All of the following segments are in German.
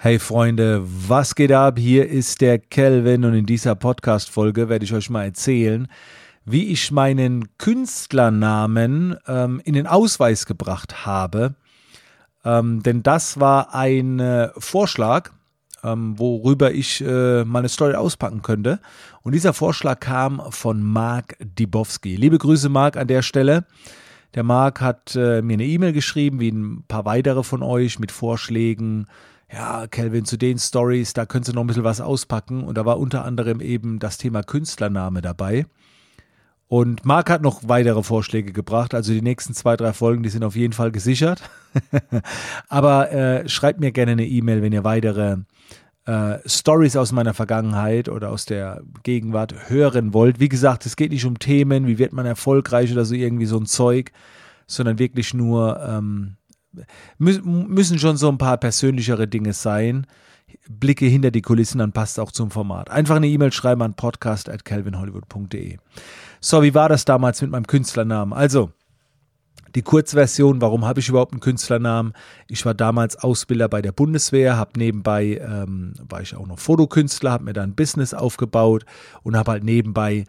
Hey Freunde, was geht ab? Hier ist der Kelvin und in dieser Podcast-Folge werde ich euch mal erzählen, wie ich meinen Künstlernamen in den Ausweis gebracht habe. Denn das war ein Vorschlag, worüber ich mal eine Story auspacken könnte. Und dieser Vorschlag kam von Mark Dibowski. Liebe Grüße, Mark, an der Stelle. Der Mark hat mir eine E-Mail geschrieben, wie ein paar weitere von euch, mit Vorschlägen. Ja, Kelvin, zu den Stories, da könntest du noch ein bisschen was auspacken. Und da war unter anderem eben das Thema Künstlername dabei. Und Marc hat noch weitere Vorschläge gebracht. Also die nächsten 2-3 Folgen, die sind auf jeden Fall gesichert. Aber schreibt mir gerne eine E-Mail, wenn ihr weitere Stories aus meiner Vergangenheit oder aus der Gegenwart hören wollt. Wie gesagt, es geht nicht um Themen, wie wird man erfolgreich oder so irgendwie so ein Zeug, sondern wirklich nur müssen schon so ein paar persönlichere Dinge sein. Blicke hinter die Kulissen, dann passt es auch zum Format. Einfach eine E-Mail schreiben an podcast@kelvinhollywood.de. So, wie war das damals mit meinem Künstlernamen? Also, die Kurzversion, warum habe ich überhaupt einen Künstlernamen? Ich war damals Ausbilder bei der Bundeswehr, habe nebenbei, war ich auch noch Fotokünstler, habe mir da ein Business aufgebaut und habe halt nebenbei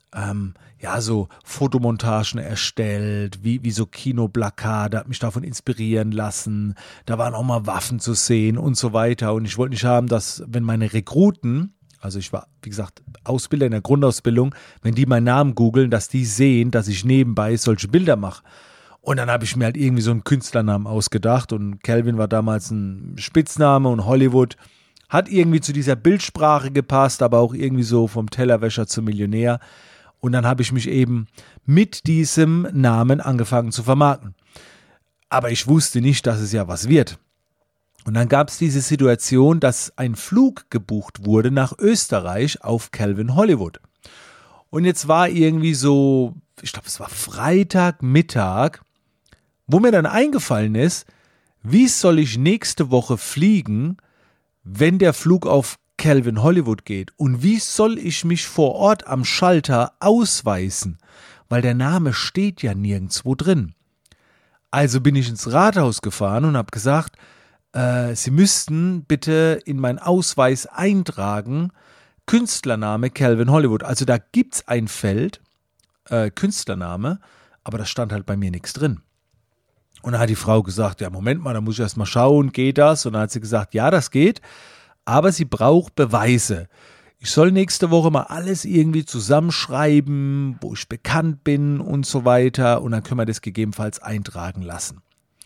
so Fotomontagen erstellt, wie so Kinoplakate, habe mich davon inspirieren lassen. Da waren auch mal Waffen zu sehen und so weiter. Und ich wollte nicht haben, dass, wenn meine Rekruten, also ich war, wie gesagt, Ausbilder in der Grundausbildung, wenn die meinen Namen googeln, dass die sehen, dass ich nebenbei solche Bilder mache. Und dann habe ich mir halt irgendwie so einen Künstlernamen ausgedacht. Und Kelvin war damals ein Spitzname und Hollywood hat irgendwie zu dieser Bildsprache gepasst, aber auch irgendwie so vom Tellerwäscher zum Millionär. Und dann habe ich mich eben mit diesem Namen angefangen zu vermarkten. Aber ich wusste nicht, dass es ja was wird. Und dann gab es diese Situation, dass ein Flug gebucht wurde nach Österreich auf Kelvin Hollywood. Und jetzt war irgendwie so, ich glaube, es war Freitagmittag, wo mir dann eingefallen ist, wie soll ich nächste Woche fliegen, wenn der Flug auf Kelvin Hollywood geht, und wie soll ich mich vor Ort am Schalter ausweisen, weil der Name steht ja nirgendwo drin. Also bin ich ins Rathaus gefahren und habe gesagt, Sie müssten bitte in meinen Ausweis eintragen, Künstlername Kelvin Hollywood. Also da gibt es ein Feld, Künstlername, aber da stand halt bei mir nichts drin. Und dann hat die Frau gesagt, ja Moment mal, da muss ich erst mal schauen, geht das? Und dann hat sie gesagt, ja, das geht. Aber sie braucht Beweise. Ich soll nächste Woche mal alles irgendwie zusammenschreiben, wo ich bekannt bin und so weiter. Und dann können wir das gegebenenfalls eintragen lassen.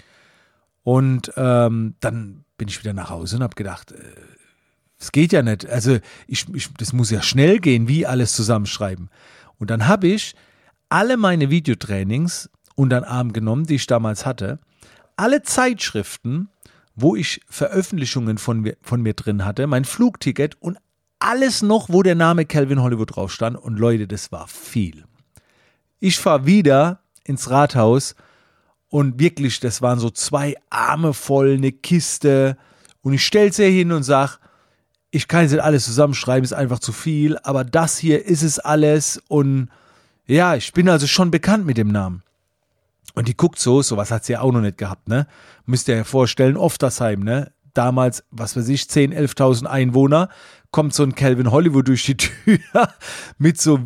Und dann bin ich wieder nach Hause und habe gedacht, es geht ja nicht. Also das muss ja schnell gehen, wie alles zusammenschreiben. Und dann habe ich alle meine Videotrainings unter den Arm genommen, die ich damals hatte, alle Zeitschriften, wo ich Veröffentlichungen von mir drin hatte, mein Flugticket und alles noch, wo der Name Kelvin Hollywood drauf stand. Und Leute, das war viel. Ich fahre wieder ins Rathaus und wirklich, das waren so 2 Arme voll, eine Kiste. Und ich stelle es ihr hin und sage, ich kann jetzt nicht alles zusammenschreiben, ist einfach zu viel, aber das hier ist es alles. Und ja, ich bin also schon bekannt mit dem Namen. Und die guckt sowas hat sie ja auch noch nicht gehabt, ne? Müsst ihr euch vorstellen, Oftersheim, ne? Damals, was weiß ich, 10.000, 11.000 Einwohner, kommt so ein Kelvin Hollywood durch die Tür mit so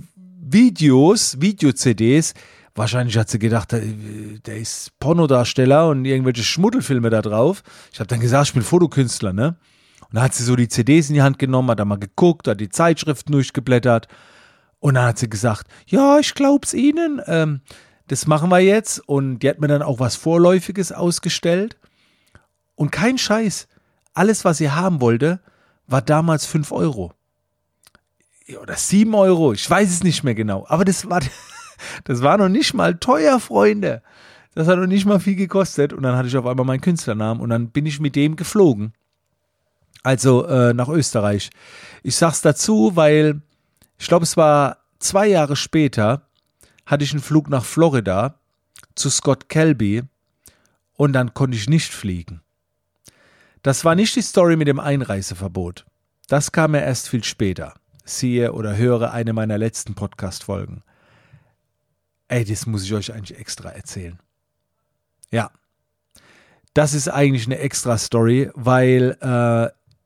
Video-CDs. Wahrscheinlich hat sie gedacht, der ist Pornodarsteller und irgendwelche Schmuddelfilme da drauf. Ich habe dann gesagt, ich bin Fotokünstler, ne? Und dann hat sie so die CDs in die Hand genommen, hat da mal geguckt, hat die Zeitschriften durchgeblättert. Und dann hat sie gesagt, ja, ich glaub's Ihnen, das machen wir jetzt. Und die hat mir dann auch was Vorläufiges ausgestellt. Und kein Scheiß. Alles, was sie haben wollte, war damals 5 Euro. Oder 7 Euro. Ich weiß es nicht mehr genau. Aber das war noch nicht mal teuer, Freunde. Das hat noch nicht mal viel gekostet. Und dann hatte ich auf einmal meinen Künstlernamen. Und dann bin ich mit dem geflogen. Also nach Österreich. Ich sag's dazu, weil ich glaube, es war 2 Jahre später, hatte ich einen Flug nach Florida zu Scott Kelby und dann konnte ich nicht fliegen. Das war nicht die Story mit dem Einreiseverbot. Das kam ja erst viel später. Siehe oder höre eine meiner letzten Podcast-Folgen. Ey, das muss ich euch eigentlich extra erzählen. Ja, das ist eigentlich eine extra Story, weil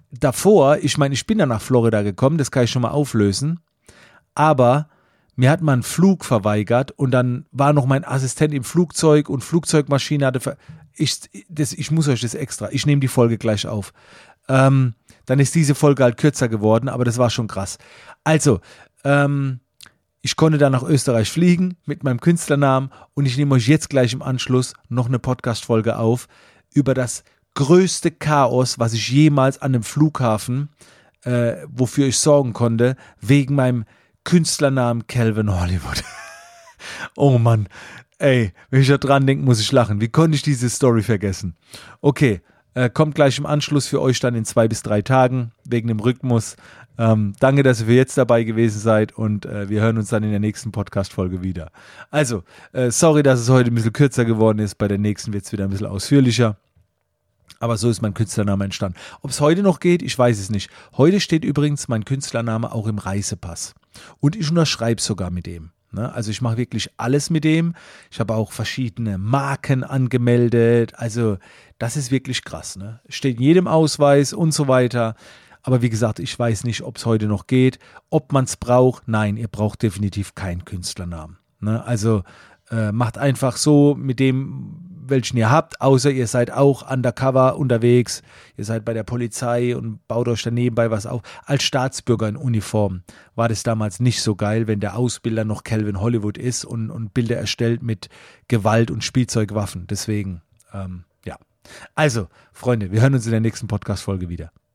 davor, ich meine, ich bin dann nach Florida gekommen, das kann ich schon mal auflösen, aber mir hat man einen Flug verweigert und dann war noch mein Assistent im Flugzeug und Flugzeugmaschine hatte, ich muss euch das extra, ich nehme die Folge gleich auf. Dann ist diese Folge halt kürzer geworden, aber das war schon krass. Also, ich konnte dann nach Österreich fliegen mit meinem Künstlernamen und ich nehme euch jetzt gleich im Anschluss noch eine Podcast-Folge auf über das größte Chaos, was ich jemals an einem Flughafen, wofür ich sorgen konnte, wegen meinem Künstlernamen Calvin Hollywood. Oh Mann, ey, wenn ich da dran denke, muss ich lachen. Wie konnte ich diese Story vergessen? Okay, kommt gleich im Anschluss für euch dann in 2 bis 3 Tagen, wegen dem Rhythmus. Danke, dass ihr für jetzt dabei gewesen seid und wir hören uns dann in der nächsten Podcast-Folge wieder. Also, sorry, dass es heute ein bisschen kürzer geworden ist, bei der nächsten wird es wieder ein bisschen ausführlicher. Aber so ist mein Künstlername entstanden. Ob es heute noch geht, ich weiß es nicht. Heute steht übrigens mein Künstlername auch im Reisepass. Und ich unterschreibe sogar mit dem. Ne? Also ich mache wirklich alles mit dem. Ich habe auch verschiedene Marken angemeldet. Also das ist wirklich krass. Ne? Steht in jedem Ausweis und so weiter. Aber wie gesagt, ich weiß nicht, ob es heute noch geht. Ob man es braucht, nein, ihr braucht definitiv keinen Künstlernamen. Ne? Also macht einfach so mit dem, welchen ihr habt, außer ihr seid auch undercover unterwegs, ihr seid bei der Polizei und baut euch dann nebenbei was auf. Als Staatsbürger in Uniform war das damals nicht so geil, wenn der Ausbilder noch Calvin Hollywood ist und Bilder erstellt mit Gewalt und Spielzeugwaffen. Deswegen, ja. Also, Freunde, wir hören uns in der nächsten Podcast-Folge wieder.